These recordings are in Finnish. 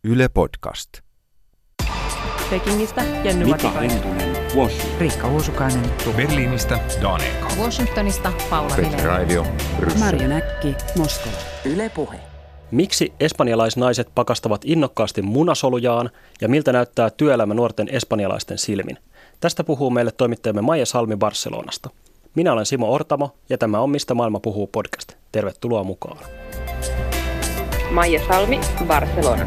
Yle Podcast. Pekingistä Jenny Matikainen, Riikka Uusukainen, Berliinistä Dan Eka, Washingtonista Paula Radio Marja Näkki, Moskova. Yle Puhe. Miksi espanjalaisnaiset pakastavat innokkaasti munasolujaan ja miltä näyttää työelämä nuorten espanjalaisten silmin? Tästä puhuu meille toimittajamme Maija Salmi Barcelonasta. Minä olen Simo Ortamo ja tämä on Mistä maailma puhuu podcast. Tervetuloa mukaan. Maija Salmi, Barcelona.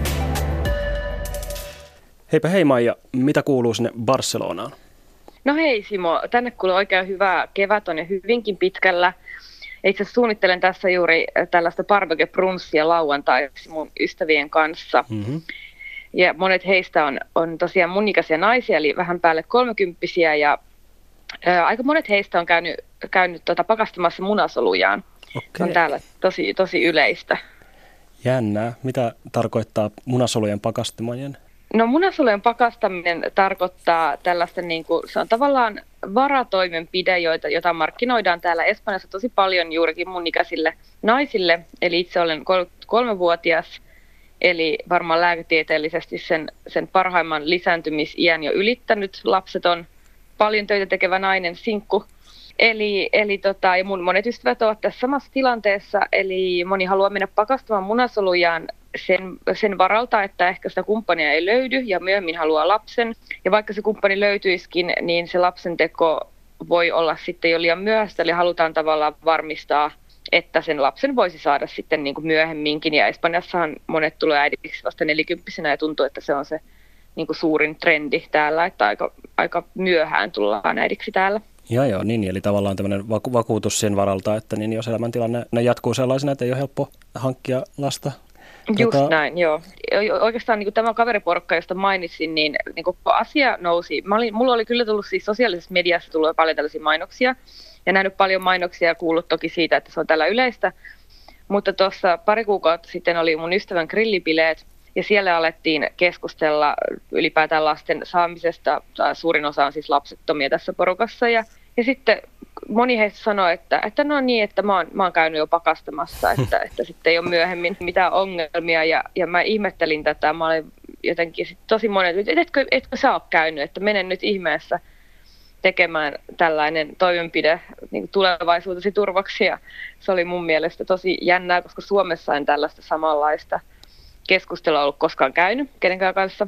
Heipä hei Maija, mitä kuuluu sinne Barcelonaan? No hei Simo, tänne kuuluu oikein hyvää kevät on jo hyvinkin pitkällä. Itse asiassa suunnittelen tässä juuri tällaista barbecue-brunssia lauantaiksi mun ystävien kanssa. Mm-hmm. Ja monet heistä on tosiaan mun ikäisiä naisia, eli vähän päälle 30-vuotiaita ja aika monet heistä on käynyt pakastamassa munasolujaan. Okay. Se on täällä tosi yleistä. Jännää. Mitä tarkoittaa munasolujen pakastaminen? No munasolujen pakastaminen tarkoittaa tällaista, se on tavallaan varatoimenpide, jota markkinoidaan täällä Espanjassa tosi paljon juurikin mun ikäisille naisille. Eli itse olen 33-vuotias, eli varmaan lääketieteellisesti sen parhaimman lisääntymisiän jo ylittänyt lapseton, paljon töitä tekevä nainen, sinkku. Ja mun monet ystävät ovat tässä samassa tilanteessa, eli moni haluaa mennä pakastamaan munasolujaan sen varalta, että ehkä sitä kumppania ei löydy ja myöhemmin haluaa lapsen. Ja vaikka se kumppani löytyisikin, niin se lapsen teko voi olla sitten jo liian myöhäistä, eli halutaan tavallaan varmistaa, että sen lapsen voisi saada sitten niin kuin myöhemminkin. Ja Espanjassahan monet tulee äidiksi vasta 40-vuotiaana ja tuntuu, että se on se niin kuin suurin trendi täällä, että aika myöhään tullaan äidiksi täällä. Joo, niin, eli tavallaan tämmöinen vakuutus sen varalta, että niin jos elämäntilanne jatkuu sellaisena, että ei ole helppo hankkia lasta. Just näin, joo. Oikeastaan niin kuin tämä kaveriporukka, josta mainitsin, niin kun asia nousi, mulla oli kyllä tullut siis sosiaalisessa mediassa tullut paljon tällaisia mainoksia, ja nähnyt paljon mainoksia ja kuullut toki siitä, että se on täällä yleistä, mutta tuossa pari kuukautta sitten oli mun ystävän grillibileet, ja siellä alettiin keskustella ylipäätään lasten saamisesta, suurin osa on siis lapsettomia tässä porukassa, ja sitten moni heistä sanoi, että no niin, että mä oon käynyt jo pakastamassa, että sitten ei ole myöhemmin mitään ongelmia, ja mä ihmettelin tätä, mä olin jotenkin tosi monet, että etkö sä ole käynyt, että menen nyt ihmeessä tekemään tällainen toimenpide niin tulevaisuutesi turvaksi, ja se oli mun mielestä tosi jännää, koska Suomessa en tällaista samanlaista keskustelua ollut koskaan käynyt kenenkään kanssa.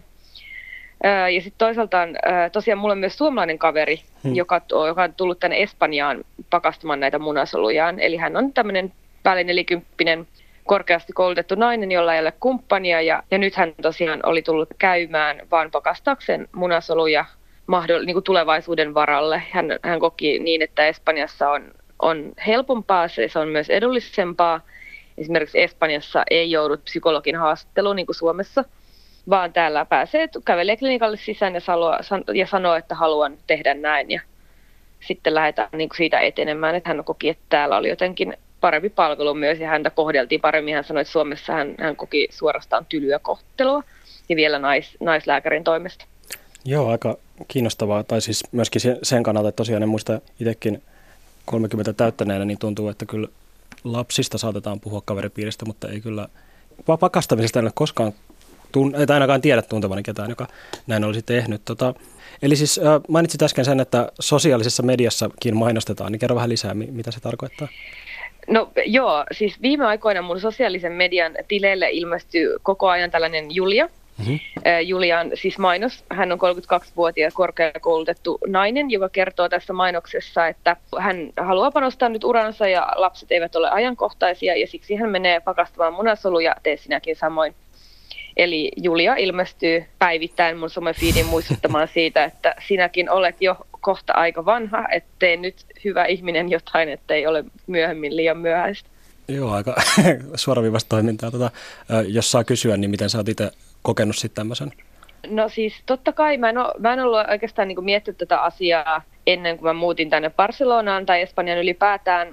Ja sitten toisaalta tosiaan mulla on myös suomalainen kaveri, joka on tullut tänne Espanjaan pakastamaan näitä munasolujaan. Eli hän on tämmöinen päälle 40-vuotias korkeasti koulutettu nainen, jolla ei ole kumppania. Ja nyt hän tosiaan oli tullut käymään vaan pakastaakseen munasoluja niin kuin tulevaisuuden varalle. Hän koki niin, että Espanjassa on helpompaa, se on myös edullisempaa. Esimerkiksi Espanjassa ei joudu psykologin haastatteluun niin kuin Suomessa, vaan täällä kävelee klinikalle sisään ja sanoo, että haluan tehdä näin. Ja sitten lähdetään niin kuin siitä etenemään, että hän koki, että täällä oli jotenkin parempi palvelu myös ja häntä kohdeltiin paremmin. Hän sanoi, että Suomessa hän koki suorastaan tylyä kohtelua ja vielä naislääkärin toimesta. Joo, aika kiinnostavaa. Tai siis myöskin sen kannalta, että tosiaan en muista itsekin 30 täyttäneenä, niin tuntuu, että kyllä lapsista saatetaan puhua kaveripiiristä, mutta ei kyllä pakastamisesta en ole koskaan tai ainakaan tiedä tuntevani ketään, joka näin olisi tehnyt. Eli siis mainitsit äsken sen, että sosiaalisessa mediassakin mainostetaan, niin kerro vähän lisää, mitä se tarkoittaa. No joo, siis viime aikoina mun sosiaalisen median tileille ilmestyy koko ajan tällainen Julia. Mm-hmm. Julia on siis mainos. Hän on 32-vuotias korkeakoulutettu nainen, joka kertoo tässä mainoksessa, että hän haluaa panostaa nyt uransa ja lapset eivät ole ajankohtaisia ja siksi hän menee pakastamaan munasoluja, tee sinäkin samoin. Eli Julia ilmestyy päivittäin mun somefiidin muistuttamaan siitä, että sinäkin olet jo kohta aika vanha, että tee nyt hyvä ihminen jotain, ettei ole myöhemmin liian myöhäistä. Joo, aika suoraviivaista toimintaa. Jos saa kysyä, niin miten sä oot itse kokenut sitten tämmöisen? No siis totta kai, mä en ollut oikeastaan niin miettinyt tätä asiaa ennen kuin mä muutin tänne Barcelonaan tai Espanjan ylipäätään.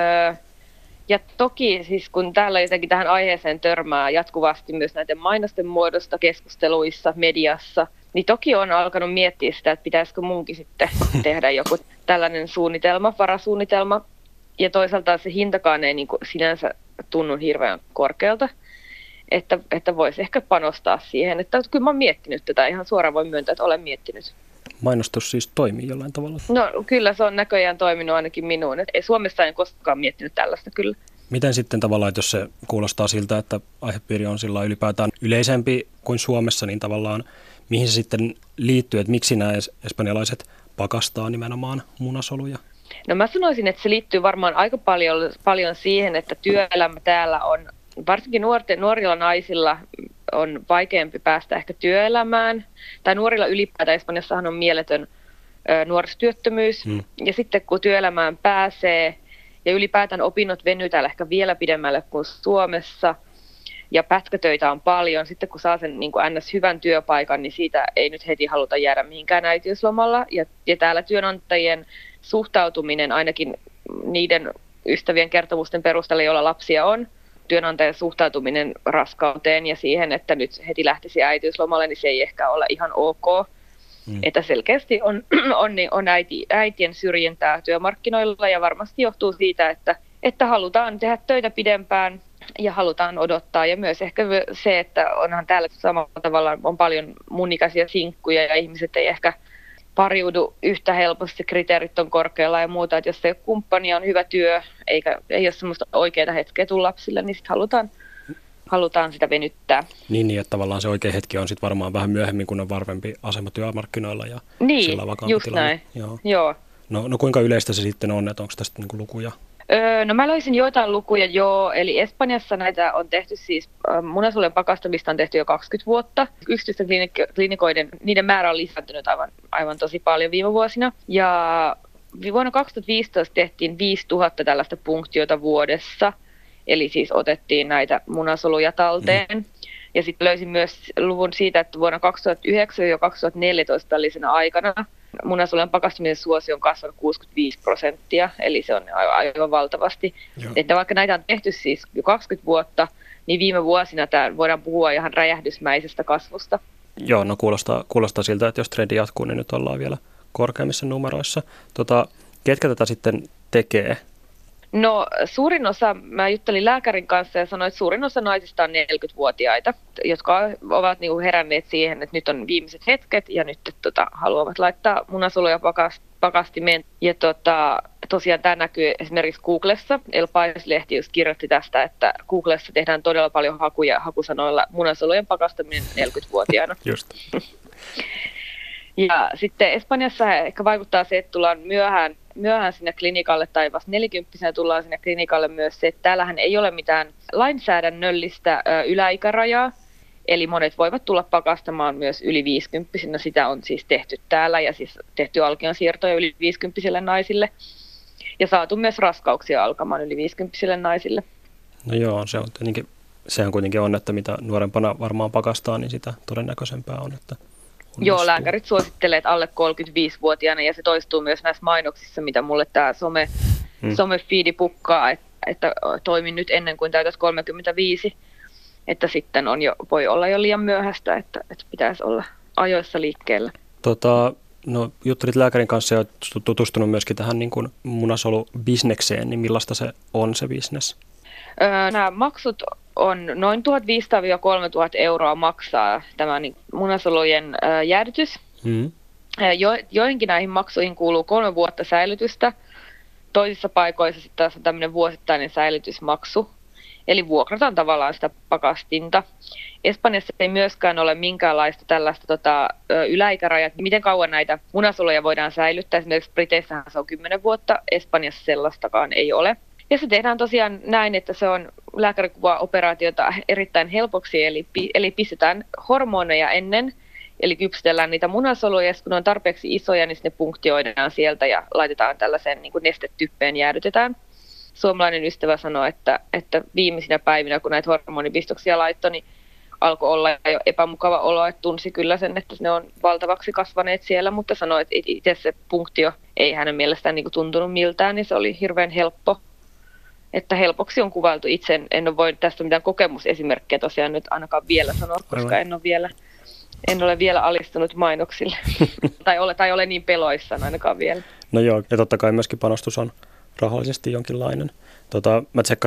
Ja toki siis kun täällä jotenkin tähän aiheeseen törmää jatkuvasti myös näiden mainosten muodosta keskusteluissa, mediassa, niin toki on alkanut miettiä sitä, että pitäisikö munkin sitten tehdä joku tällainen varasuunnitelma. Ja toisaalta se hintakaan ei niin kuin sinänsä tunnu hirveän korkealta. että voisi ehkä panostaa siihen. Että kyllä mä oon miettinyt tätä, ihan suoraan voin myöntää, että olen miettinyt. Mainostus siis toimii jollain tavalla? No kyllä se on näköjään toiminut ainakin minuun. Ei Suomessa en koskaan miettinyt tällaista kyllä. Miten sitten tavallaan, että jos se kuulostaa siltä, että aihepiiri on sillä ylipäätään yleisempi kuin Suomessa, niin tavallaan mihin se sitten liittyy, että miksi nämä espanjalaiset pakastaa nimenomaan munasoluja? No mä sanoisin, että se liittyy varmaan aika paljon siihen, että työelämä täällä on, varsinkin nuorilla naisilla on vaikeampi päästä ehkä työelämään. Tai nuorilla ylipäätään Espanjassahan on mieletön nuorisotyöttömyys. Ja sitten kun työelämään pääsee ja ylipäätään opinnot venyy täällä ehkä vielä pidemmälle kuin Suomessa ja pätkätöitä on paljon. Sitten kun saa sen niin kuin ns. Hyvän työpaikan, niin siitä ei nyt heti haluta jäädä mihinkään äitiyslomalla. Ja täällä työnantajien suhtautuminen ainakin niiden ystävien kertomusten perusteella, joilla lapsia on, työnantajan suhtautuminen raskauteen ja siihen, että nyt heti lähtisi äitiyslomalle, niin se ei ehkä ole ihan ok. Että selkeästi on äitien syrjintää työmarkkinoilla ja varmasti johtuu siitä, että halutaan tehdä töitä pidempään ja halutaan odottaa. Ja myös ehkä se, että onhan täällä samalla tavalla on paljon mun ikäisiä sinkkuja ja ihmiset ei ehkä pariudu yhtä helposti, kriteerit on korkealla ja muuta. Että jos se kumppani on hyvä työ eikä ei ole semmoista oikeaa hetkeä tulla lapsille, niin sitten halutaan sitä venyttää. Niin, että tavallaan se oikea hetki on sitten varmaan vähän myöhemmin, kun on varmempi asema työmarkkinoilla ja sillä vakaampi just tilanne. Näin. Joo. No kuinka yleistä se sitten on, että onko tästä niinku lukuja? No mä löysin joitain lukuja eli Espanjassa näitä on tehty siis, munasolujen pakastamista on tehty jo 20 vuotta. Yksityisten klinikoiden, niiden määrä on lisääntynyt aivan tosi paljon viime vuosina. Ja vuonna 2015 tehtiin 5000 tällaista punktiota vuodessa. Eli siis otettiin näitä munasoluja talteen. Ja sitten löysin myös luvun siitä, että vuonna 2009 ja 2014 tällaisena aikana munasolujen pakastamisen suosio on kasvanut 65%, eli se on aivan valtavasti. Että vaikka näitä on tehty siis jo 20 vuotta, niin viime vuosina voidaan puhua ihan räjähdysmäisestä kasvusta. Joo, no kuulostaa siltä, että jos trendi jatkuu, niin nyt ollaan vielä korkeammissa numeroissa. Ketkä tätä sitten tekee? No suurin osa, mä juttelin lääkärin kanssa ja sanoin, että suurin osa naisista on 40-vuotiaita, jotka ovat niinku heränneet siihen, että nyt on viimeiset hetket ja nyt haluavat laittaa munasoluja pakastimeen. Ja tosiaan tämä näkyy esimerkiksi Googlessa. El Pais-lehti just kirjoitti tästä, että Googlessa tehdään todella paljon hakuja hakusanoilla munasolujen pakastaminen 40-vuotiaana. Just. Ja sitten Espanjassa ehkä vaikuttaa se, että tullaan myöhään sinne klinikalle tai vasta 40-vuotiaana tullaan sinne klinikalle myös se, että täällähän ei ole mitään lainsäädännöllistä yläikärajaa, eli monet voivat tulla pakastamaan myös yli 50-vuotiaana. Sitä on siis tehty täällä ja siis tehty alkionsiirtoja yli 50-vuotiaille naisille ja saatu myös raskauksia alkamaan yli 50-vuotiaille naisille. No joo, sehän kuitenkin on, että mitä nuorempana varmaan pakastaa, niin sitä todennäköisempää on, että joo, lääkärit suosittelee, että alle 35-vuotiaana ja se toistuu myös näissä mainoksissa, mitä mulle tämä some-feedi pukkaa, että toimin nyt ennen kuin täytät 35, että sitten voi olla jo liian myöhäistä, että pitäisi olla ajoissa liikkeellä. No juttelit lääkärin kanssa ja tutustunut myöskin tähän niin kuin munasolubisnekseen, niin millaista se on se bisnes? Nämä maksut on noin 1 500–3 000 euroa maksaa tämä munasolujen jäädytys. Joihinkin näihin maksuihin kuuluu 3 vuotta säilytystä. Toisissa paikoissa sitten taas on tämmöinen vuosittainen säilytysmaksu. Eli vuokrataan tavallaan sitä pakastinta. Espanjassa ei myöskään ole minkäänlaista tällaista yläikärajaa, miten kauan näitä munasoluja voidaan säilyttää. Esimerkiksi Briteissähän se on 10 vuotta, Espanjassa sellaistakaan ei ole. Ja se tehdään tosiaan näin, että se on lääkärikuvaa operaatiota erittäin helpoksi, eli pistetään hormoneja ennen, eli kypsytellään niitä munasoluja, ja kun ne on tarpeeksi isoja, niin ne punktioidaan sieltä ja laitetaan tällaiseen niin kuin nestetyppeen jäädytetään. Suomalainen ystävä sanoi, että viimeisinä päivinä, kun näitä hormonipistoksia laittoi, niin alkoi olla jo epämukava olo, että tunsi kyllä sen, että ne on valtavaksi kasvaneet siellä, mutta sanoi, että itse se punktio ei hänen mielestään niin kuin tuntunut miltään, niin se oli hirveän helppo. Että helpoksi on kuvailtu. Itse en ole voinut tästä mitään kokemusesimerkkejä tosiaan nyt ainakaan vielä sanoa, koska en ole vielä alistunut mainoksille. tai ole niin peloissaan ainakaan vielä. No joo, ja totta kai myöskin panostus on rahallisesti jonkinlainen. Mä tsekkasin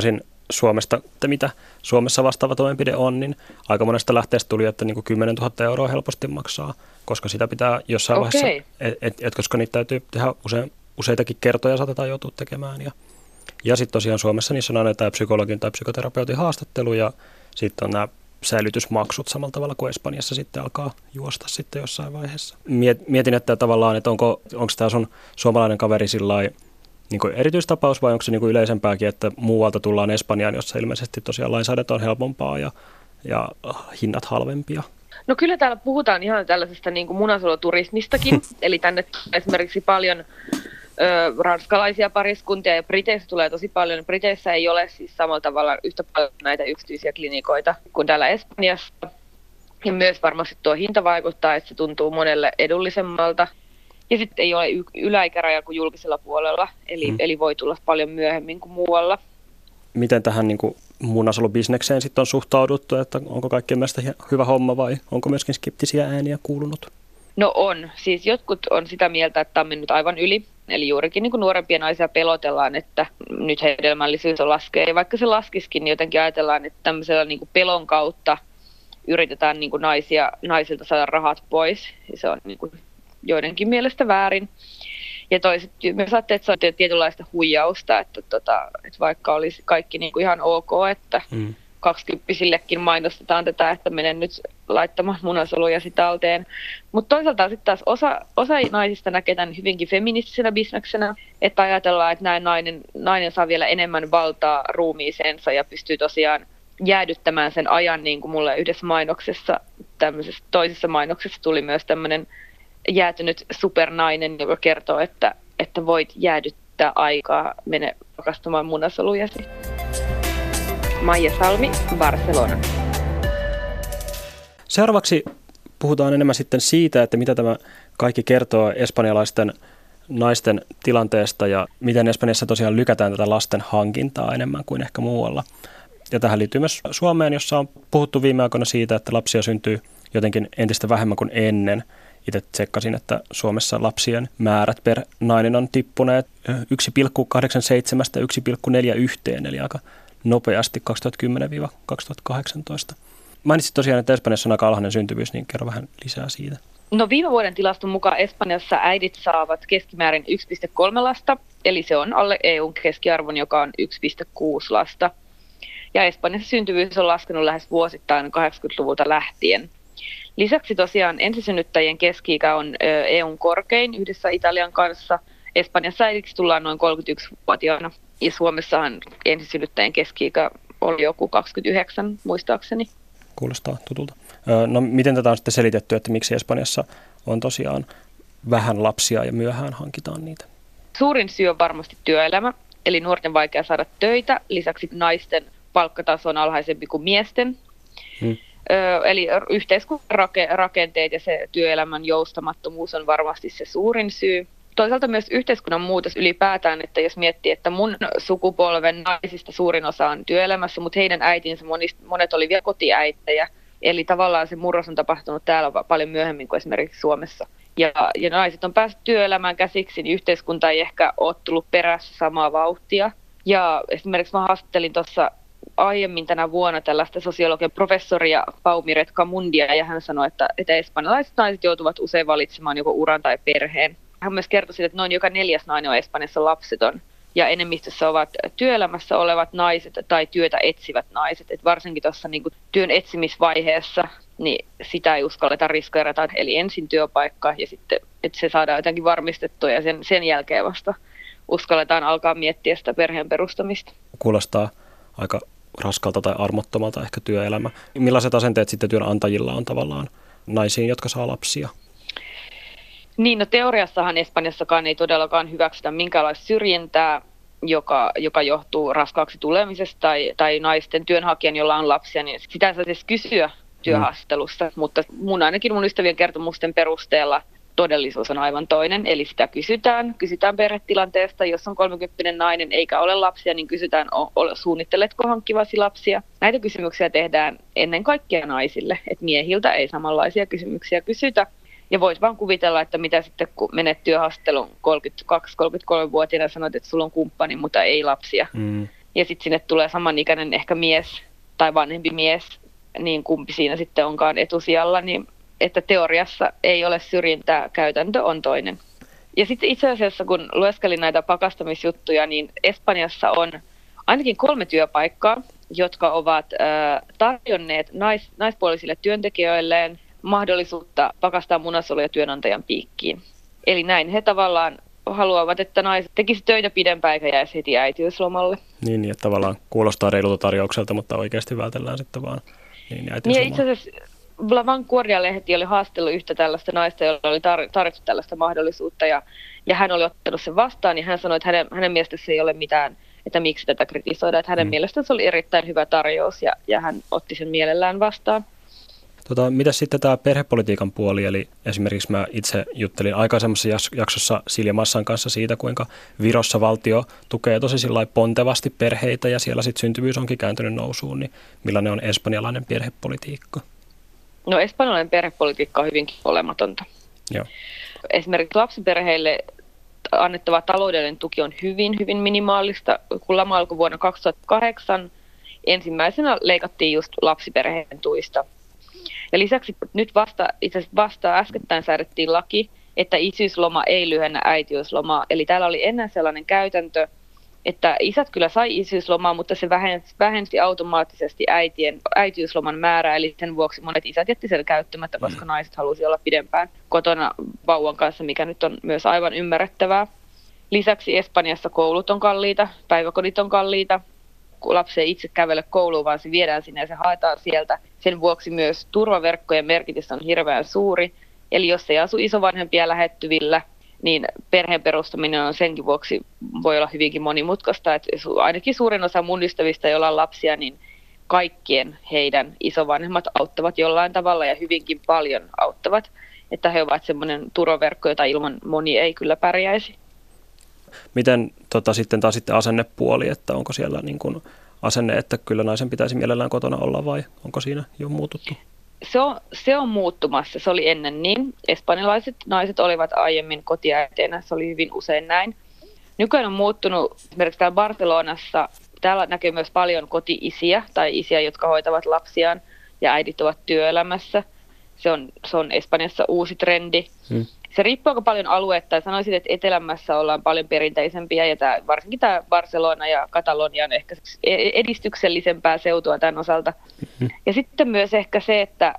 Suomesta, että mitä Suomessa vastaava toimenpide on, niin aika monesta lähteestä tuli, että niin kuin 10 000 euroa helposti maksaa, koska sitä pitää jossain vaiheessa, koska niitä täytyy tehdä useitakin kertoja saatetaan joutua tekemään. Ja sitten tosiaan Suomessa niissä on aina psykologin tai psykoterapeutin haastattelu ja sitten on nämä säilytysmaksut samalla tavalla kuin Espanjassa sitten alkaa juosta sitten jossain vaiheessa. Mietin, että tavallaan, että onko tämä sun suomalainen kaveri sillai niin kuin erityistapaus vai onko se niin kuin yleisempääkin, että muualta tullaan Espanjaan, jossa ilmeisesti tosiaan lainsäädäntö on helpompaa ja hinnat halvempia? No kyllä täällä puhutaan ihan tällaisesta niin kuin munasoluturismistakin, eli tänne esimerkiksi paljon ranskalaisia pariskuntia ja Briteissä tulee tosi paljon. Briteissä ei ole siis samalla tavalla yhtä paljon näitä yksityisiä klinikoita kuin täällä Espanjassa. Ja myös varmasti tuo hinta vaikuttaa, että se tuntuu monelle edullisemmalta. Ja sitten ei ole yläikäraja kuin julkisella puolella, eli voi tulla paljon myöhemmin kuin muualla. Miten tähän niin kuin munasolubisnekseen sitten on suhtauduttu, että onko kaikkien mielestä hyvä homma vai onko myöskin skeptisiä ääniä kuulunut? No on. Siis jotkut on sitä mieltä, että tämä on mennyt aivan yli. Eli juurikin niin kuin nuorempia naisia pelotellaan, että nyt hedelmällisyys laskee. Ja vaikka se laskisikin, niin jotenkin ajatellaan, että tämmöisellä niin kuin pelon kautta yritetään niin kuin naisilta saada rahat pois. Ja se on niin kuin joidenkin mielestä väärin. Ja toiset myös ajattelee, että se on tietynlaista huijausta, että vaikka olisi kaikki niin kuin ihan ok, että 20-sillekin mainostetaan tätä, että menen nyt laittamaan munasoluja talteen. Mutta toisaalta sitten taas osa naisista näkee tämän hyvinkin feministisenä bisneksenä, että ajatellaan, että näin nainen saa vielä enemmän valtaa ruumiiseensa ja pystyy tosiaan jäädyttämään sen ajan, niin kuin mulle yhdessä mainoksessa, tämmöisessä toisessa mainoksessa tuli myös tämmöinen jäätynyt supernainen, joka kertoo, että voit jäädyttää aikaa, mene rakastamaan munasolujasi. Maija Salmi, Barcelona. Seuraavaksi puhutaan enemmän sitten siitä, että mitä tämä kaikki kertoo espanjalaisten naisten tilanteesta ja miten Espanjassa tosiaan lykätään tätä lasten hankintaa enemmän kuin ehkä muualla. Ja tähän liittyy myös Suomeen, jossa on puhuttu viime aikoina siitä, että lapsia syntyy jotenkin entistä vähemmän kuin ennen. Itse tsekkasin, että Suomessa lapsien määrät per nainen on tippuneet 1,87-1,41, eli aika nopeasti 2010-2018. Mainitsit tosiaan, että Espanjassa on aika alhainen syntyvyys, niin kerro vähän lisää siitä. No viime vuoden tilaston mukaan Espanjassa äidit saavat keskimäärin 1,3 lasta, eli se on alle EUn keskiarvon, joka on 1,6 lasta. Ja Espanjassa syntyvyys on laskenut lähes vuosittain 80-luvulta lähtien. Lisäksi tosiaan ensisynnyttäjien keski-ikä on EUn korkein yhdessä Italian kanssa. Espanjassa äidiksi tullaan noin 31-vuotiaana ja Suomessahan ensisynnyttäjien keski-ikä oli joku 29 muistaakseni. Kuulostaa tutulta. No miten tätä on sitten selitetty, että miksi Espanjassa on tosiaan vähän lapsia ja myöhään hankitaan niitä? Suurin syy on varmasti työelämä, eli nuorten vaikea saada töitä. Lisäksi naisten palkkataso on alhaisempi kuin miesten. Eli yhteiskunnan rakenteet ja se työelämän joustamattomuus on varmasti se suurin syy. Toisaalta myös yhteiskunnan muutos ylipäätään, että jos miettii, että mun sukupolven naisista suurin osa on työelämässä, mutta heidän äitinsä monet oli vielä kotiäitejä. Eli tavallaan se murros on tapahtunut täällä paljon myöhemmin kuin esimerkiksi Suomessa. Ja naiset on päässyt työelämään käsiksi, niin yhteiskunta ei ehkä ole tullut perässä samaa vauhtia. Ja esimerkiksi mä haastattelin tuossa aiemmin tänä vuonna tällaista sosiologian professoria Paumiret Kamundia, ja hän sanoi, että espanjalaiset naiset joutuvat usein valitsemaan joko uran tai perheen. Hän myös kertoi, että noin joka 4. nainen on Espanjassa lapseton, ja enemmistössä ovat työelämässä olevat naiset tai työtä etsivät naiset. Et varsinkin tuossa niin kuin työn etsimisvaiheessa niin sitä ei uskalleta riskeerata, eli ensin työpaikka ja sitten, että se saadaan jotenkin varmistettua ja sen jälkeen vasta uskalletaan alkaa miettiä sitä perheen perustamista. Kuulostaa aika raskalta tai armottomalta ehkä työelämä. Millaiset asenteet sitten työnantajilla on tavallaan naisiin, jotka saa lapsia? Niin, no teoriassahan Espanjassakaan ei todellakaan hyväksytä minkäänlaista syrjintää, joka johtuu raskaaksi tulemisesta tai naisten työnhakijan, jolla on lapsia, niin sitä ei saa siis kysyä työhaastattelussa, mutta ainakin mun ystävien kertomusten perusteella todellisuus on aivan toinen, eli sitä kysytään perhetilanteesta, jos on 30 nainen eikä ole lapsia, niin kysytään, suunnitteletko hankkivasi lapsia. Näitä kysymyksiä tehdään ennen kaikkea naisille, että miehiltä ei samanlaisia kysymyksiä kysytä. Ja voit vaan kuvitella, että mitä sitten kun menet työhaastatteluun 32-33-vuotiaana ja sanot, että sulla on kumppani, mutta ei lapsia. ja sitten sinne tulee samanikäinen ehkä mies tai vanhempi mies, niin kumpi siinä sitten onkaan etusijalla, niin että teoriassa ei ole syrjintää, käytäntö on toinen. Ja sitten itse asiassa, kun lueskelin näitä pakastamisjuttuja, niin Espanjassa on ainakin 3 työpaikkaa, jotka ovat tarjonneet naispuolisille työntekijöilleen mahdollisuutta pakastaa munasoluja työnantajan piikkiin. Eli näin he tavallaan haluavat, että naiset tekisivät töitä pidempään eikä jäisi heti äitiyslomalle. Niin, että tavallaan kuulostaa reilulta tarjoukselta, mutta oikeasti vältellään sitten vaan niin äitiyslomaa. Ja itse asiassa La Vanguardia-lehti oli haastellut yhtä tällaista naista, jolla oli tarjottu tällaista mahdollisuutta, ja hän oli ottanut sen vastaan, ja hän sanoi, että hänen mielestä se ei ole mitään, että miksi tätä kritisoida, että hänen mielestään se oli erittäin hyvä tarjous, ja hän otti sen mielellään vastaan. Mitä sitten tämä perhepolitiikan puoli, eli esimerkiksi mä itse juttelin aikaisemmassa jaksossa Silja Massan kanssa siitä, kuinka Virossa valtio tukee tosi pontevasti perheitä ja siellä sitten syntyvyys onkin kääntynyt nousuun, niin millainen on espanjalainen perhepolitiikka? No espanjalainen perhepolitiikka on hyvinkin olematonta. Joo. Esimerkiksi lapsiperheille annettava taloudellinen tuki on hyvin minimaalista. Kun lama alkoi vuonna 2008, ensimmäisenä leikattiin just lapsiperheiden tuista. Ja lisäksi nyt vasta äskettäin säädettiin laki, että isyysloma ei lyhennä äitiyslomaa. Eli täällä oli ennen sellainen käytäntö, että isät kyllä sai isyyslomaa, mutta se vähensi automaattisesti äitiysloman määrää. Eli sen vuoksi monet isät jätti sen käyttämättä, koska naiset halusi olla pidempään kotona vauvan kanssa, mikä nyt on myös aivan ymmärrettävää. Lisäksi Espanjassa koulut on kalliita, päiväkodit on kalliita. Kun lapsi ei itse kävele kouluun, vaan se viedään sinne ja se haetaan sieltä. Sen vuoksi myös turvaverkkojen merkitys on hirveän suuri. Eli jos ei asu isovanhempia lähettyvillä, niin perheen perustaminen on senkin vuoksi voi olla hyvinkin monimutkaista. Että ainakin suurin osa mun ystävistä, joilla on lapsia, niin kaikkien heidän isovanhemmat auttavat jollain tavalla ja hyvinkin paljon auttavat. Että he ovat semmoinen turvaverkko, jota ilman moni ei kyllä pärjäisi. Miten sitten asennepuoli, että onko siellä niin kuin asenne, että kyllä naisen pitäisi mielellään kotona olla vai onko siinä jo muututtu? Se on muuttumassa. Se oli ennen niin. Espanjalaiset naiset olivat aiemmin kotiäiteinä. Se oli hyvin usein näin. Nykyään on muuttunut esimerkiksi täällä Barcelonassa. Täällä näkyy myös paljon koti-isiä tai isiä, jotka hoitavat lapsiaan ja äidit ovat työelämässä. Se on Espanjassa uusi trendi. Se riippuu aika paljon aluetta. Sanoisin, että etelämässä ollaan paljon perinteisempiä ja varsinkin tämä Barcelona ja Katalonia on ehkä edistyksellisempää seutua tämän osalta. Ja sitten myös ehkä se, että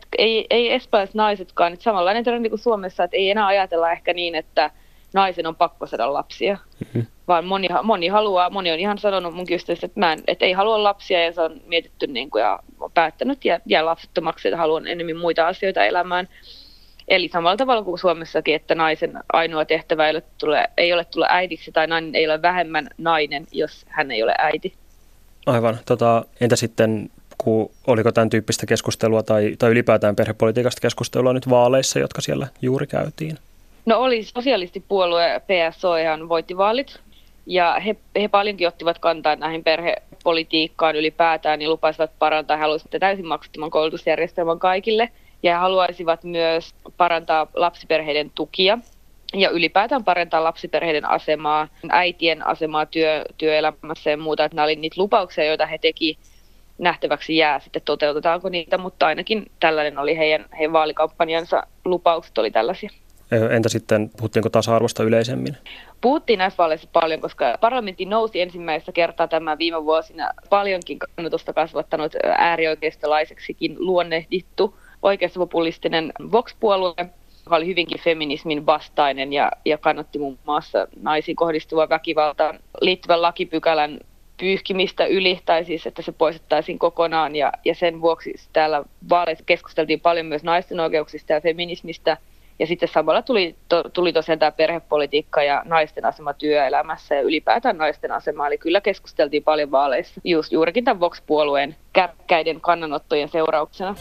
ei espanjalaiset naisetkaan, että samanlainen trendi kuin Suomessa, että ei enää ajatella ehkä niin, että naisen on pakko saada lapsia, vaan moni haluaa, moni on ihan sanonut munkin ystävästi, että ei halua lapsia ja se on mietitty niin kuin, ja on päättänyt ja jää lapsettomaksi, että haluan enemmän muita asioita elämään. Eli samalla tavalla kuin Suomessakin, että naisen ainoa tehtävä ei ole tulla äidiksi tai nainen ei ole vähemmän nainen, jos hän ei ole äiti. Aivan. Entä sitten, oliko tämän tyyppistä keskustelua tai ylipäätään perhepolitiikasta keskustelua nyt vaaleissa, jotka siellä juuri käytiin? No oli sosialistipuolue PSOE voitti vaalit ja he paljonkin ottivat kantaa näihin perhepolitiikkaan ylipäätään ja lupasivat parantaa, he haluaisivat täysin maksuttoman koulutusjärjestelmän kaikille. Ja haluaisivat myös parantaa lapsiperheiden tukia ja ylipäätään parantaa lapsiperheiden asemaa, äitien asemaa työelämässä ja muuta. Että nämä olivat niitä lupauksia, joita he teki. Nähtäväksi jää sitten, toteutetaanko niitä, mutta ainakin tällainen oli heidän vaalikampanjansa lupaukset oli tällaisia. Entä sitten, puhuttiinko tasa-arvosta yleisemmin? Puhuttiin näissä vaaleissa paljon, koska parlamentti nousi ensimmäistä kertaa tämän viime vuosina paljonkin kannatusta kasvattanut äärioikeistolaiseksikin luonnehdittu oikeistopopulistinen Vox-puolue, joka oli hyvinkin feminismin vastainen ja kannatti muun muassa naisiin kohdistuvan väkivaltaan liittyvän lakipykälän pyyhkimistä yli, tai siis että se poistettaisiin kokonaan, ja sen vuoksi täällä vaaleissa keskusteltiin paljon myös naisten oikeuksista ja feminismistä, ja sitten samalla tuli tosiaan tämä perhepolitiikka ja naisten asema työelämässä ja ylipäätään naisten asema, eli kyllä keskusteltiin paljon vaaleissa juurikin tämän Vox-puolueen kärkkäiden kannanottojen seurauksena.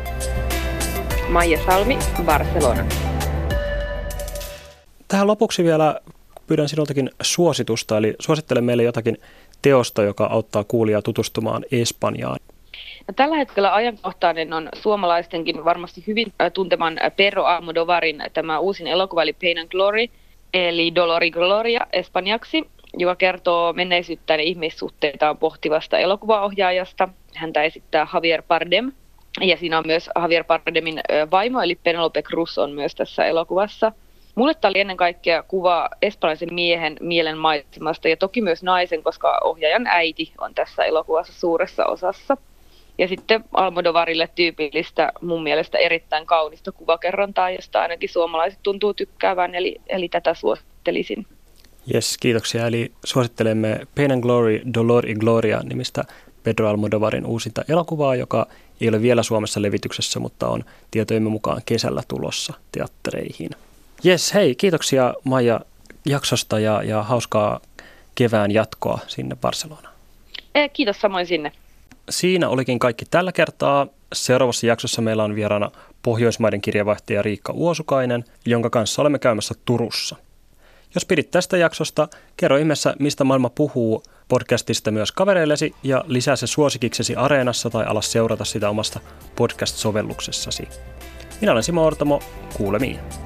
Maija Salmi, Barcelona. Tähän lopuksi vielä pyydän sinultakin suositusta, eli suosittele meille jotakin teosta, joka auttaa kuulijaa tutustumaan Espanjaan. No, tällä hetkellä ajankohtainen on suomalaistenkin varmasti hyvin tunteman Pedro Almodovarin tämä uusin elokuva, eli Pain and Glory, eli Dolor y Gloria espanjaksi. joka kertoo menneisyyttään ja ihmissuhteitaan pohtivasta elokuvaohjaajasta. Häntä esittää Javier Bardem. Ja siinä on myös Javier Bardemin vaimo, eli Penelope Cruz on myös tässä elokuvassa. Mulle tämä oli ennen kaikkea kuva espanjalaisen miehen mielen maisemasta ja toki myös naisen, koska ohjaajan äiti on tässä elokuvassa suuressa osassa. Ja sitten Almodovarille tyypillistä mun mielestä erittäin kaunista kuvakerrontaa, josta ainakin suomalaiset tuntuu tykkäävän, eli tätä suosittelisin. Jes, kiitoksia. Eli suosittelemme Pain and Glory, Dolor y Gloria nimistä Pedro Almodovarin uusinta elokuvaa, joka ei ole vielä Suomessa levityksessä, mutta on tietojemme mukaan kesällä tulossa teattereihin. Jes, hei, kiitoksia Maija jaksosta ja hauskaa kevään jatkoa sinne Barcelonaan. Kiitos samoin sinne. Siinä olikin kaikki tällä kertaa. Seuraavassa jaksossa meillä on vieraana Pohjoismaiden kirjavaihtaja Riikka Uosukainen, jonka kanssa olemme käymässä Turussa. Jos pidit tästä jaksosta, kerro ihmeessä, mistä maailma puhuu podcastista myös kavereillesi ja lisää se suosikiksesi Areenassa tai ala seurata sitä omasta podcast-sovelluksessasi. Minä olen Simo Ortamo, kuulemiin.